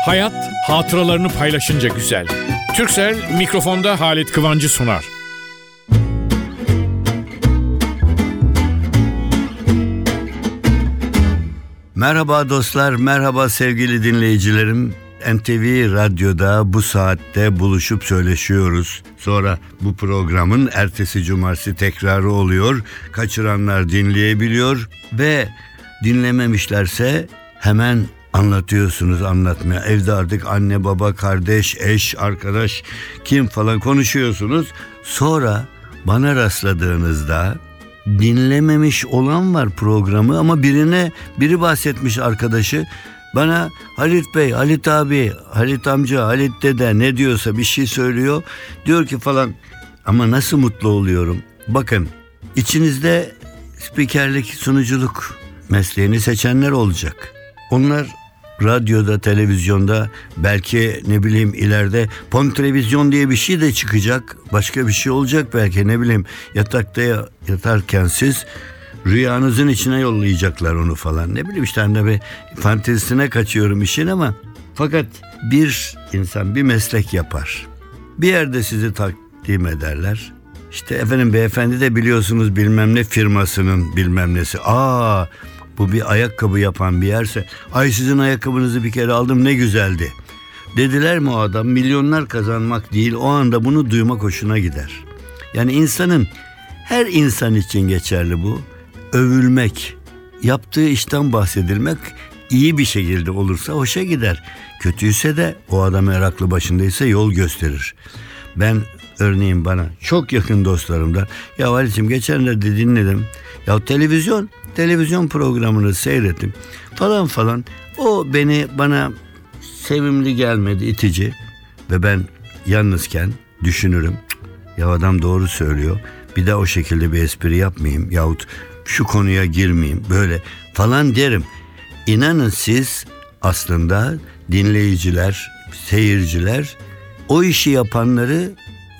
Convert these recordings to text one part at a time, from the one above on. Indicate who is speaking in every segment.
Speaker 1: Hayat hatıralarını paylaşınca güzel. Turkcell mikrofonda Halit Kıvancı sunar.
Speaker 2: Merhaba dostlar, merhaba sevgili dinleyicilerim. NTV Radyo'da bu saatte buluşup söyleşiyoruz. Sonra bu programın ertesi cumartesi tekrarı oluyor. Kaçıranlar dinleyebiliyor ve dinlememişlerse hemen anlatıyorsunuz anlatmaya. Evde artık anne, baba, kardeş, eş, arkadaş kim falan konuşuyorsunuz. Sonra bana rastladığınızda dinlememiş olan var programı ama biri bahsetmiş arkadaşı. Bana Halit Bey, Halit abi, Halit amca, Halit dede ne diyorsa bir şey söylüyor. Diyor ki falan ama nasıl mutlu oluyorum. Bakın içinizde spikerlik, sunuculuk mesleğini seçenler olacak. Onlar radyoda, televizyonda belki ne bileyim ileride televizyon diye bir şey de çıkacak. Başka bir şey olacak belki ne bileyim yatakta yatarken siz rüyanızın içine yollayacaklar onu falan. Ne bileyim işte hani bir fantezisine kaçıyorum işin ama fakat bir insan bir meslek yapar. Bir yerde sizi takdim ederler. İşte efendim beyefendi de biliyorsunuz bilmem ne firmasının bilmem nesi. Bu bir ayakkabı yapan bir yerse ay sizin ayakkabınızı bir kere aldım ne güzeldi. Dediler mi o adam milyonlar kazanmak değil o anda bunu duymak hoşuna gider. Yani her insan için geçerli bu. Övülmek, yaptığı işten bahsedilmek iyi bir şekilde olursa hoşa gider. Kötüyse de o adam eğer aklı başındaysa yol gösterir. Ben örneğin bana çok yakın dostlarımdan ya Halit'ciğim geçenlerde dinledim. Ya televizyon programını seyrettim falan. O bana sevimli gelmedi, itici ve ben yalnızken düşünürüm. Ya adam doğru söylüyor. Bir daha o şekilde bir espri yapmayayım yahut şu konuya girmeyeyim böyle falan derim. İnanın siz aslında dinleyiciler, seyirciler o işi yapanları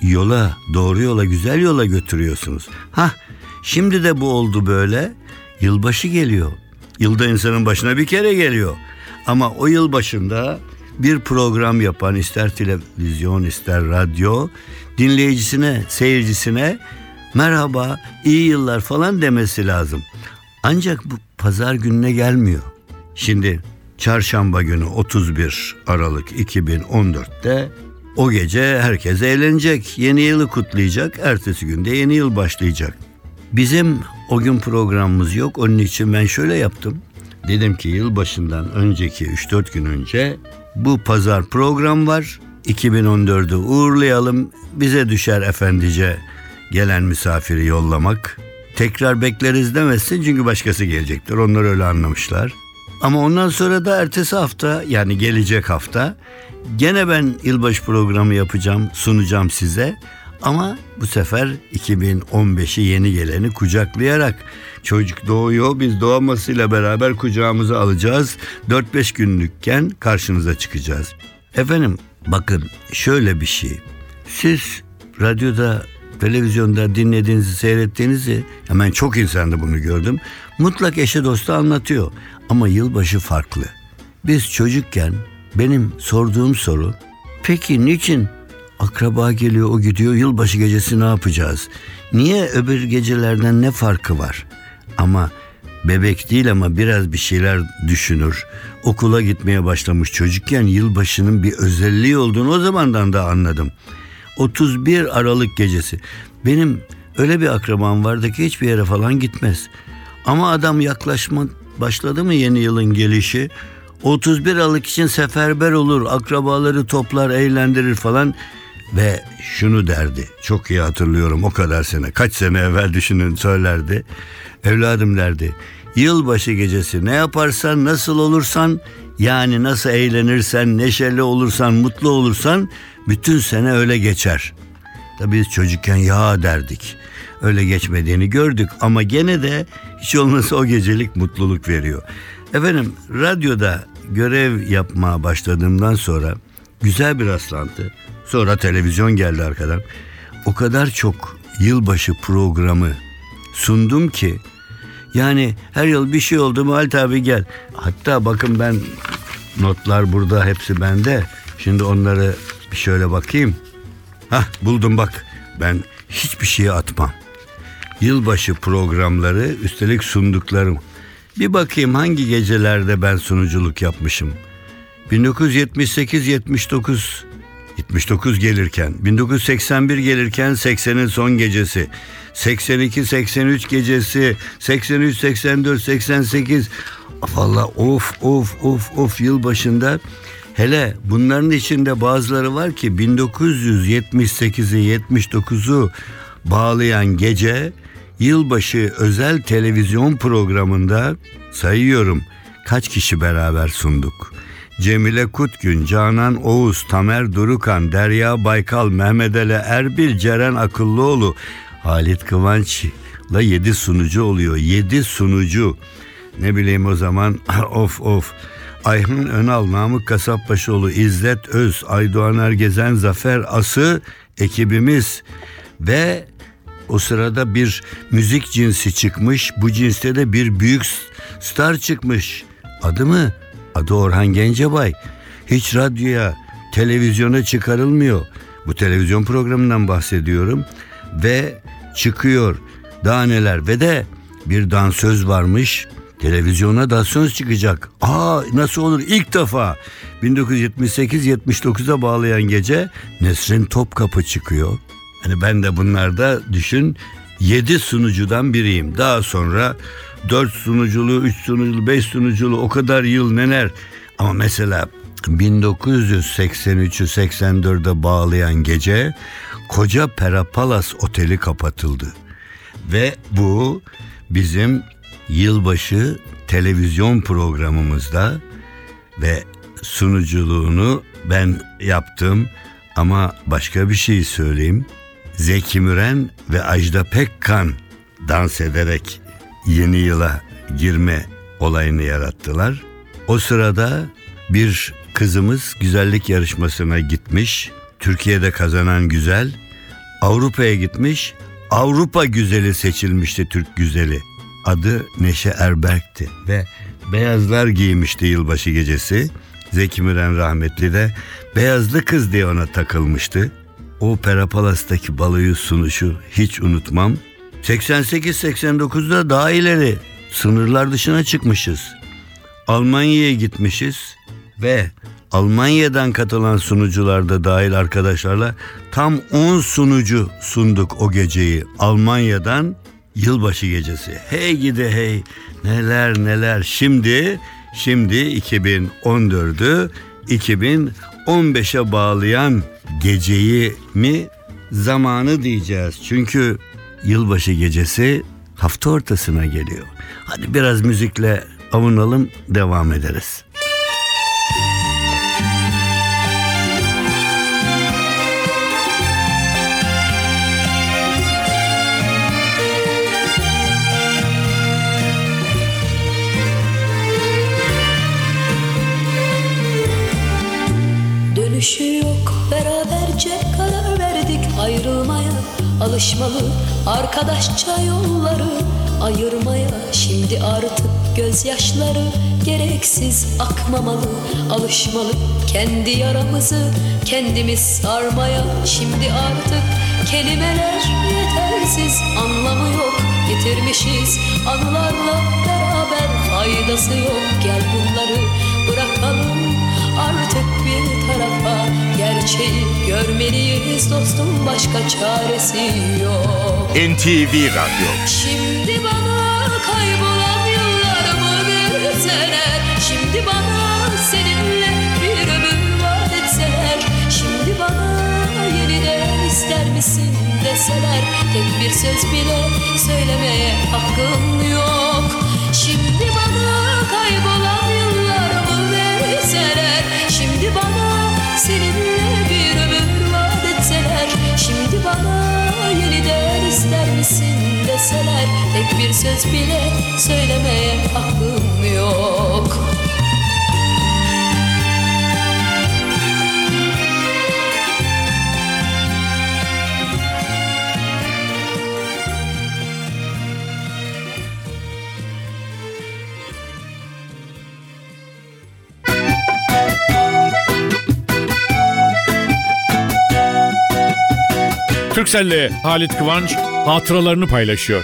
Speaker 2: doğru yola, güzel yola götürüyorsunuz. Şimdi de bu oldu böyle. Yılbaşı geliyor. Yılda insanın başına bir kere geliyor. Ama o yıl başında bir program yapan ister televizyon ister radyo dinleyicisine, seyircisine merhaba, iyi yıllar falan demesi lazım. Ancak bu pazar gününe gelmiyor. Şimdi çarşamba günü 31 Aralık 2014'te o gece herkes eğlenecek, yeni yılı kutlayacak, ertesi günde yeni yıl başlayacak. Bizim o gün programımız yok, onun için ben şöyle yaptım. Dedim ki yılbaşından önceki 3-4 gün önce bu pazar program var. 2014'ü uğurlayalım, bize düşer efendice gelen misafiri yollamak. Tekrar bekleriz demesin çünkü başkası gelecektir, onlar öyle anlamışlar. Ama ondan sonra da ertesi hafta yani gelecek hafta gene ben yılbaşı programı yapacağım, sunacağım size. Ama bu sefer 2015'i yeni geleni kucaklayarak çocuk doğuyor, biz doğmasıyla beraber kucağımıza alacağız. 4-5 günlükken karşınıza çıkacağız. Efendim bakın şöyle bir şey. Siz radyoda, televizyonda dinlediğinizi, seyrettiğinizi hemen çok insanda bunu gördüm. Mutlak eşe dosta anlatıyor. Ama yılbaşı farklı. Biz çocukken benim sorduğum soru peki niçin akraba geliyor o gidiyor yılbaşı gecesi ne yapacağız? Niye öbür gecelerden ne farkı var? Ama bebek değil ama biraz bir şeyler düşünür. Okula gitmeye başlamış çocukken yılbaşının bir özelliği olduğunu o zamandan da anladım. 31 Aralık gecesi. Benim öyle bir akrabam vardı ki hiçbir yere falan gitmez. Ama adam başladı mı yeni yılın gelişi 31 Aralık için seferber olur, akrabaları toplar, eğlendirir falan ve şunu derdi. Çok iyi hatırlıyorum o kadar sene. Kaç sene evvel düşünün söylerdi. Evladım derdi. Yılbaşı gecesi ne yaparsan, nasıl olursan, yani nasıl eğlenirsen, neşeli olursan, mutlu olursan bütün sene öyle geçer. Tabii biz çocukken ya derdik. Öyle geçmediğini gördük ama gene de hiç olmazsa o gecelik mutluluk veriyor. Efendim radyoda görev yapmaya başladığımdan sonra güzel bir rastlantı. Sonra televizyon geldi arkadan. O kadar çok yılbaşı programı sundum ki yani her yıl bir şey oldu mu Halit abi gel. Hatta bakın ben notlar burada, hepsi bende. Şimdi onları bir şöyle bakayım. Buldum bak. Ben hiçbir şeye atmam. Yılbaşı programları, üstelik sunduklarım. Bir bakayım hangi gecelerde ben sunuculuk yapmışım. 1978-79 gelirken, 1981 gelirken 80'in son gecesi, 82-83 gecesi, 83-84, 88. Vallahi of yılbaşında. Hele bunların içinde bazıları var ki 1978'i 79'u bağlayan gece yılbaşı özel televizyon programında sayıyorum kaç kişi beraber sunduk. Cemile Kutgün, Canan Oğuz, Tamer Durukan, Derya Baykal, Mehmet Ali Erbil, Ceren Akıllıoğlu, Halit Kıvanç'la 7 sunucu oluyor. 7 sunucu. Ne bileyim o zaman of. Ayhan Önal, Namık Kasapbaşıoğlu, İzzet Öz, Aydoğan Ergezen, Zafer Ası ekibimiz ve o sırada bir müzik cinsi çıkmış. Bu cinste de bir büyük star çıkmış. Adı Orhan Gencebay. Hiç radyoya, televizyona çıkarılmıyor. Bu televizyon programından bahsediyorum. Ve çıkıyor. Daha neler. Ve de bir dansöz varmış. Televizyona dansöz çıkacak. Nasıl olur? İlk defa 1978-79'a bağlayan gece Nesrin Topkapı çıkıyor. Hani ben de bunlarda düşün 7 sunucudan biriyim. Daha sonra 4 sunuculu, 3 sunuculu, 5 sunuculu, o kadar yıl neler. Ama mesela 1983'ü 84'e bağlayan gece koca Perapalas Oteli kapatıldı. Ve bu bizim yılbaşı televizyon programımızda ve sunuculuğunu ben yaptım. Ama başka bir şey söyleyeyim. Zeki Müren ve Ajda Pekkan dans ederek yeni yıla girme olayını yarattılar. O sırada bir kızımız güzellik yarışmasına gitmiş. Türkiye'de kazanan güzel Avrupa'ya gitmiş. Avrupa güzeli seçilmişti, Türk güzeli. Adı Neşe Erberk'ti ve beyazlar giymişti yılbaşı gecesi. Zeki Müren rahmetli de beyazlı kız diye ona takılmıştı. O Perapalas'taki baloyu sunuşu hiç unutmam. 88-89'da daha ileri sınırlar dışına çıkmışız. Almanya'ya gitmişiz ve Almanya'dan katılan sunucular da dahil arkadaşlarla tam 10 sunucu sunduk o geceyi Almanya'dan. Yılbaşı gecesi. Hey gidi hey, neler. Şimdi 2014'ü 2015'e bağlayan geceyi mi zamanı diyeceğiz. Çünkü yılbaşı gecesi hafta ortasına geliyor. Hadi biraz müzikle avunalım, devam ederiz.
Speaker 3: Dönüşü yok, beraberce karar verdik ayrılmaya. Alışmalı arkadaşça yolları ayırmaya. Şimdi artık gözyaşları gereksiz akmamalı. Alışmalı kendi yaramızı kendimiz sarmaya. Şimdi artık kelimeler yetersiz, anlamı yok. Yitirmişiz anılarla beraber, faydası yok. Gel bunları bırakalım artık bir tarafa. Gerçeği görmeliyiz dostum, başka çaresi yok.
Speaker 4: NTV Radyo.
Speaker 3: Şimdi bana kaybolan yıllarımı verseler, şimdi bana seninle bir ömür vaat etseler, şimdi bana yeniden ister misin deseler, tek bir söz bile söylemeye hakkım yok. Şimdi bana kaybolan yıllarımı verseler, şimdi bana seninle bir ömür vaat etseler, şimdi bana yeniden ister misin deseler, tek bir söz bile söylemeye hakkım yok.
Speaker 1: Türkcell'le Halit Kıvanç hatıralarını paylaşıyor.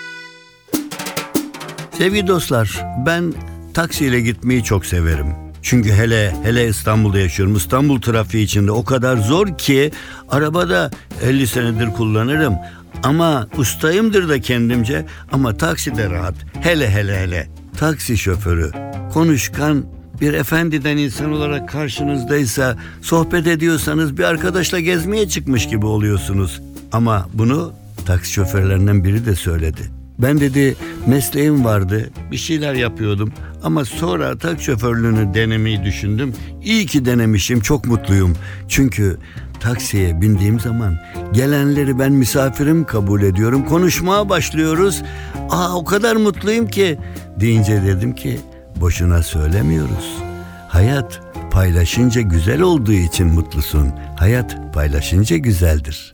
Speaker 2: Sevgili dostlar, ben taksiyle gitmeyi çok severim. Çünkü hele İstanbul'da yaşıyorum. İstanbul trafiği içinde o kadar zor ki arabada 50 senedir kullanırım. Ama ustayımdır da kendimce. Ama takside rahat. Hele taksi şoförü konuşkan bir efendiden insan olarak karşınızdaysa, sohbet ediyorsanız bir arkadaşla gezmeye çıkmış gibi oluyorsunuz. Ama bunu taksi şoförlerinden biri de söyledi. Ben dedi mesleğim vardı, bir şeyler yapıyordum ama sonra taksi şoförlüğünü denemeyi düşündüm. İyi ki denemişim, çok mutluyum. Çünkü taksiye bindiğim zaman gelenleri ben misafirim kabul ediyorum. Konuşmaya başlıyoruz. O kadar mutluyum ki deyince dedim ki boşuna söylemiyoruz. Hayat paylaşınca güzel olduğu için mutlusun. Hayat paylaşınca güzeldir.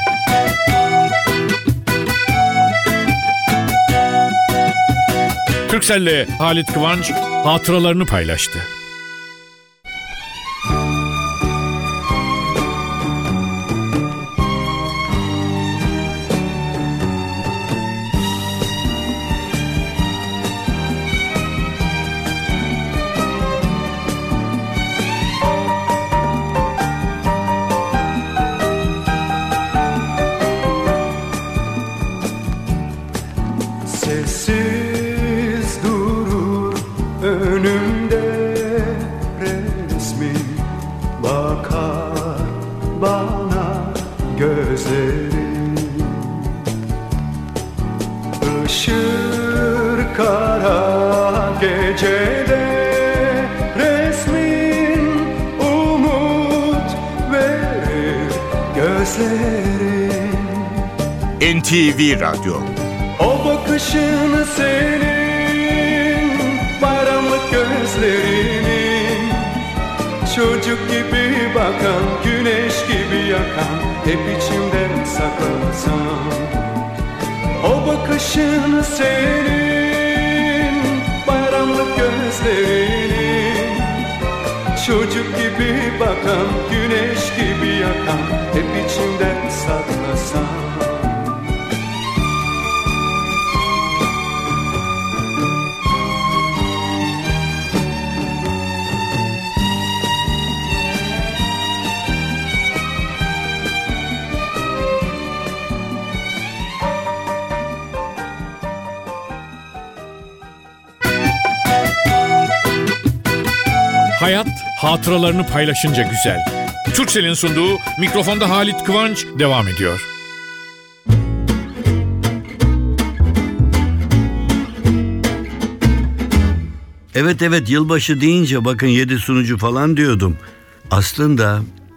Speaker 1: Türkcell'le Halit Kıvanç hatıralarını paylaştı.
Speaker 4: Sessiz durur önümde resmin, bakar bana gözlerin. Işır kara gecede resmin, umut verir gözlerin.
Speaker 5: NTV Radyo.
Speaker 4: O bakışın senin, bayramlık gözlerinin, çocuk gibi bakan, güneş gibi yakan, hep içimden saklasam. O bakışın senin, bayramlık gözlerinin, çocuk gibi bakan, güneş gibi yakan, hep içimden saklasam.
Speaker 1: Hayat hatıralarını paylaşınca güzel. Türkcell'in sunduğu Mikrofonda Halit Kıvanç devam ediyor.
Speaker 2: Evet yılbaşı deyince bakın 7 sunucu falan diyordum. Aslında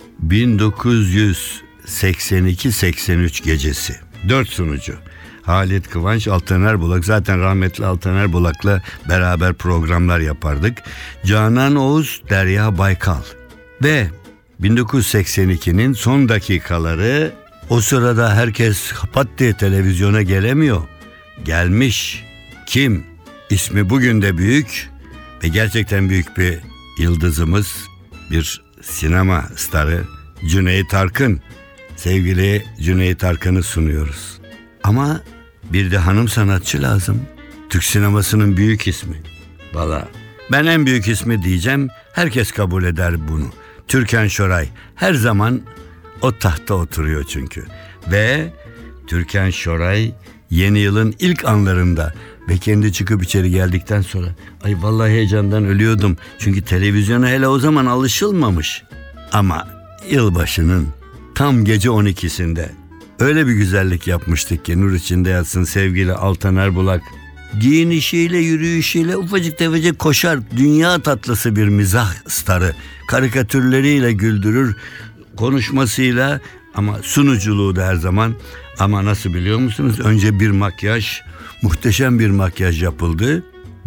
Speaker 2: 1982-83 gecesi 4 sunucu. Halit Kıvanç, Altan Erbulak, zaten rahmetli Altan Erbulak'la beraber programlar yapardık. Canan Oğuz, Derya Baykal. Ve 1982'nin son dakikaları, o sırada herkes pat diye televizyona gelemiyor. Gelmiş. Kim? İsmi bugün de büyük ve gerçekten büyük bir yıldızımız, bir sinema starı Cüneyt Arkın. Sevgili Cüneyt Arkın'ı sunuyoruz. Ama bir de hanım sanatçı lazım. Türk sinemasının büyük ismi. Valla ben en büyük ismi diyeceğim. Herkes kabul eder bunu. Türkan Şoray her zaman o tahta oturuyor çünkü. Ve Türkan Şoray yeni yılın ilk anlarında ve kendi çıkıp içeri geldikten sonra ay vallahi heyecandan ölüyordum. Çünkü televizyona hele o zaman alışılmamış. Ama yılbaşının tam gece 12'sinde öyle bir güzellik yapmıştık ki nur içinde yatsın sevgili Altan Erbulak. Giyinişiyle, yürüyüşüyle ufacık tefecik koşar, dünya tatlısı bir mizah starı. Karikatürleriyle güldürür, konuşmasıyla, ama sunuculuğu da her zaman. Ama nasıl biliyor musunuz? Önce bir makyaj, muhteşem bir makyaj yapıldı.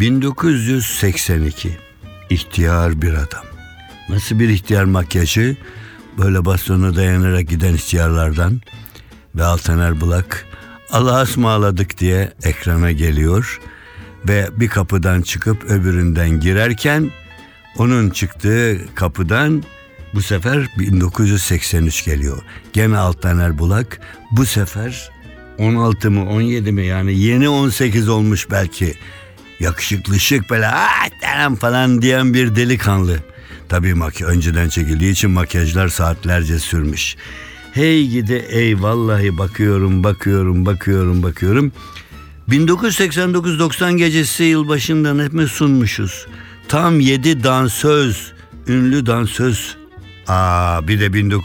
Speaker 2: 1982. İhtiyar bir adam. Nasıl bir ihtiyar makyajı? Böyle bastona dayanarak giden ihtiyarlardan. Ve Altan Erbulak Allah'a ısmarladık diye ekrana geliyor. Ve bir kapıdan çıkıp öbüründen girerken onun çıktığı kapıdan Bu sefer 1983 geliyor. Gene Altan Erbulak. Bu sefer 16 mı 17 mi, yani yeni 18 olmuş belki. Yakışıklı, şık, böyle falan diyen bir delikanlı. Tabii önceden çekildiği için makyajlar saatlerce sürmüş. Hey gidi ey, vallahi bakıyorum. 1989-90 gecesi yılbaşından hep mi sunmuşuz? Tam 7 dansöz, ünlü dansöz. Bir de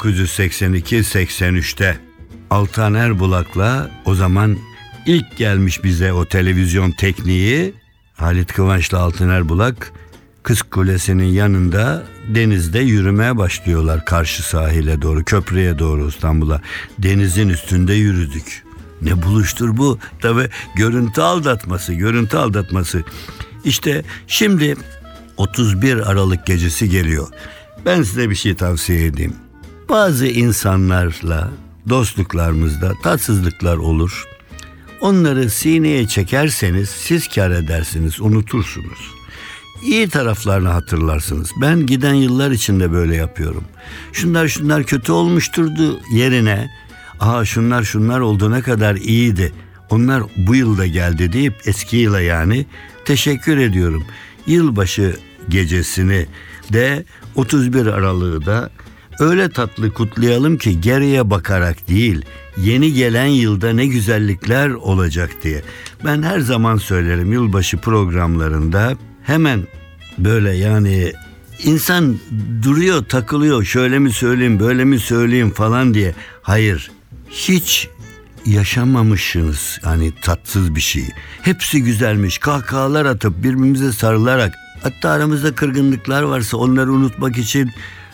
Speaker 2: 1982-83'te Altan Erbulak'la o zaman ilk gelmiş bize o televizyon tekniği. Halit Kıvanç'la Altan Erbulak Kız Kulesi'nin yanında denizde yürümeye başlıyorlar, karşı sahile doğru, köprüye doğru, İstanbul'a. Denizin üstünde yürüdük. Ne buluştur bu? Tabii görüntü aldatması. İşte şimdi 31 Aralık gecesi geliyor. Ben size bir şey tavsiye edeyim. Bazı insanlarla dostluklarımızda tatsızlıklar olur. Onları sineye çekerseniz siz kâr edersiniz, unutursunuz. İyi taraflarını hatırlarsınız. Ben giden yıllar içinde böyle yapıyorum. Şunlar kötü olmuşturdu yerine, şunlar oldu, ne kadar iyiydi, onlar bu yılda geldi deyip eski yıla yani teşekkür ediyorum. Yılbaşı gecesini de 31 Aralık'ı da öyle tatlı kutlayalım ki geriye bakarak değil, yeni gelen yılda ne güzellikler olacak diye. Ben her zaman söylerim yılbaşı programlarında, hemen böyle yani insan duruyor, takılıyor, şöyle mi söyleyeyim, böyle mi söyleyeyim falan diye. Hayır, hiç yaşamamışsınız hani tatsız bir şey. Hepsi güzelmiş, kahkahalar atıp birbirimize sarılarak, hatta aramızda kırgınlıklar varsa onları unutmak için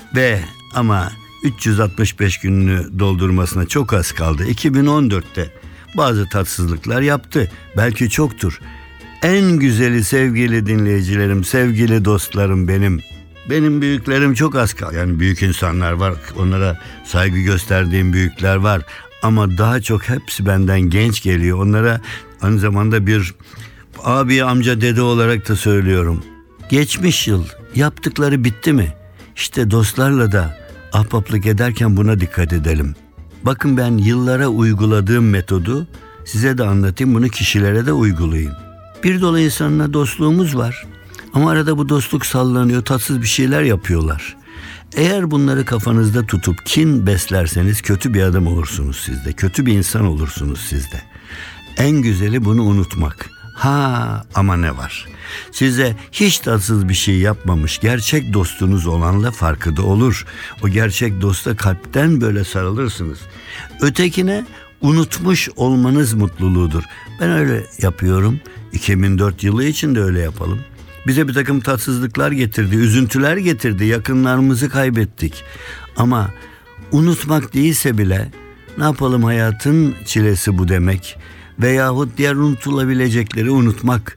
Speaker 2: ama 365 gününü doldurmasına çok az kaldı. 2014'te bazı tatsızlıklar yaptı. Belki çoktur. En güzeli sevgili dinleyicilerim, sevgili dostlarım benim. Benim büyüklerim çok az kaldı. Yani büyük insanlar var. Onlara saygı gösterdiğim büyükler var. Ama daha çok hepsi benden genç geliyor. Onlara aynı zamanda bir abi, amca, dede olarak da söylüyorum. Geçmiş yıl yaptıkları bitti mi? İşte dostlarla da ahbaplık ederken buna dikkat edelim. Bakın, ben yıllara uyguladığım metodu size de anlatayım, bunu kişilere de uygulayın. Bir dolu insanla dostluğumuz var ama arada bu dostluk sallanıyor, tatsız bir şeyler yapıyorlar. Eğer bunları kafanızda tutup kin beslerseniz kötü bir adam olursunuz siz de, kötü bir insan olursunuz siz de. En güzeli bunu unutmak. Ama ne var? Size hiç tatsız bir şey yapmamış gerçek dostunuz olanla farkı da olur. O gerçek dosta kalpten böyle sarılırsınız. Ötekine unutmuş olmanız mutluluğudur. Ben öyle yapıyorum. 2004 yılı için de öyle yapalım. Bize bir takım tatsızlıklar getirdi, üzüntüler getirdi, yakınlarımızı kaybettik. Ama unutmak değilse bile ne yapalım, hayatın çilesi bu demek. Veyahut diğer unutulabilecekleri unutmak.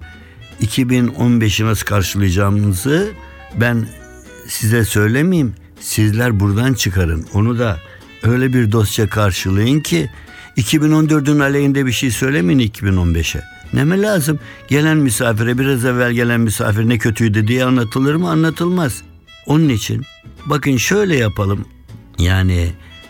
Speaker 2: 2015'i nasıl karşılayacağımızı ben size söylemeyeyim. Sizler buradan çıkarın. Onu da öyle bir dostça karşılayın ki 2014'ün aleyhinde bir şey söylemeyin 2015'e. Ne mi lazım? Gelen misafire, biraz evvel gelen misafir ne kötüydü diye anlatılır mı? Anlatılmaz. Onun için bakın şöyle yapalım. Yani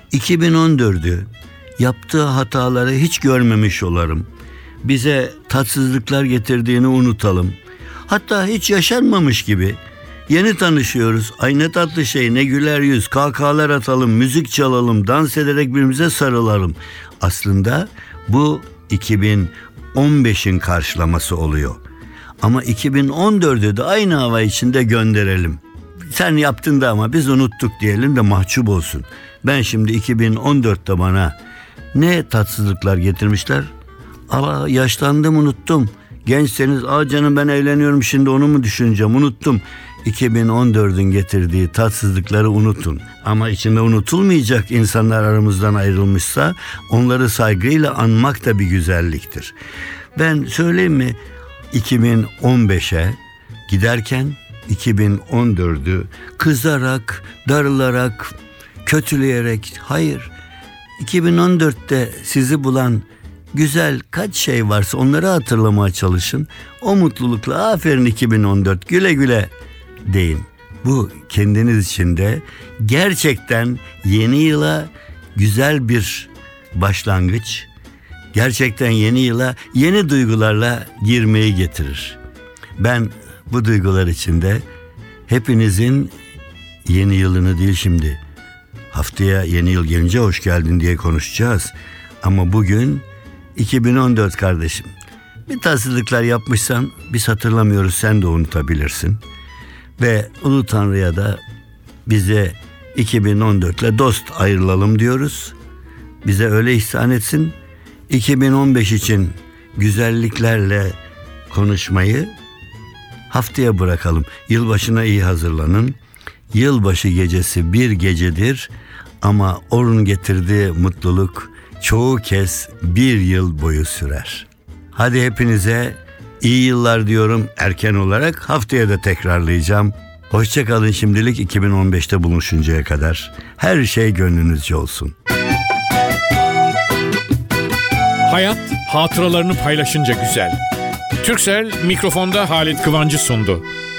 Speaker 2: 2014'ü, yaptığı hataları hiç görmemiş olalım. Bize tatsızlıklar getirdiğini unutalım. Hatta hiç yaşanmamış gibi. Yeni tanışıyoruz. Ay ne tatlı şey, ne güler yüz, kahkahalar atalım, müzik çalalım, dans ederek birbirimize sarılalım. Aslında bu 2015'in karşılaması oluyor. Ama 2014'ü de aynı hava içinde gönderelim. Sen yaptın da ama biz unuttuk diyelim de mahcup olsun. Ben şimdi 2014'te bana ne tatsızlıklar getirmişler? Yaşlandım, unuttum. Gençseniz canım ben eğleniyorum şimdi, onu mu düşüneceğim, unuttum. 2014'ün getirdiği tatsızlıkları unutun. Ama içinde unutulmayacak insanlar aramızdan ayrılmışsa onları saygıyla anmak da bir güzelliktir. Ben söyleyeyim mi, 2015'e giderken 2014'ü kızarak, darılarak, kötüleyerek, hayır, 2014'te sizi bulan güzel kaç şey varsa onları hatırlamaya çalışın. O mutlulukla aferin 2014, güle güle deyin. Bu kendiniz için de gerçekten yeni yıla güzel bir başlangıç, gerçekten yeni yıla yeni duygularla girmeyi getirir. Ben bu duygular içinde hepinizin yeni yılını değil, şimdi haftaya yeni yıl gelince hoş geldin diye konuşacağız. Ama bugün 2014 kardeşim. Bir tatsızlıklar yapmışsan biz hatırlamıyoruz, sen de unutabilirsin. Ve Ulu Tanrı'ya da bize 2014'le dost ayrılalım diyoruz. Bize öyle ihsan etsin. 2015 için güzelliklerle konuşmayı haftaya bırakalım. Yılbaşına iyi hazırlanın. Yılbaşı gecesi bir gecedir ama onun getirdiği mutluluk çoğu kez bir yıl boyu sürer. Hadi hepinize iyi yıllar diyorum erken olarak, haftaya da tekrarlayacağım. Hoşça kalın şimdilik, 2015'te buluşuncaya kadar. Her şey gönlünüzce olsun.
Speaker 1: Hayat hatıralarını paylaşınca güzel. Turkcell mikrofonda Halit Kıvancı sundu.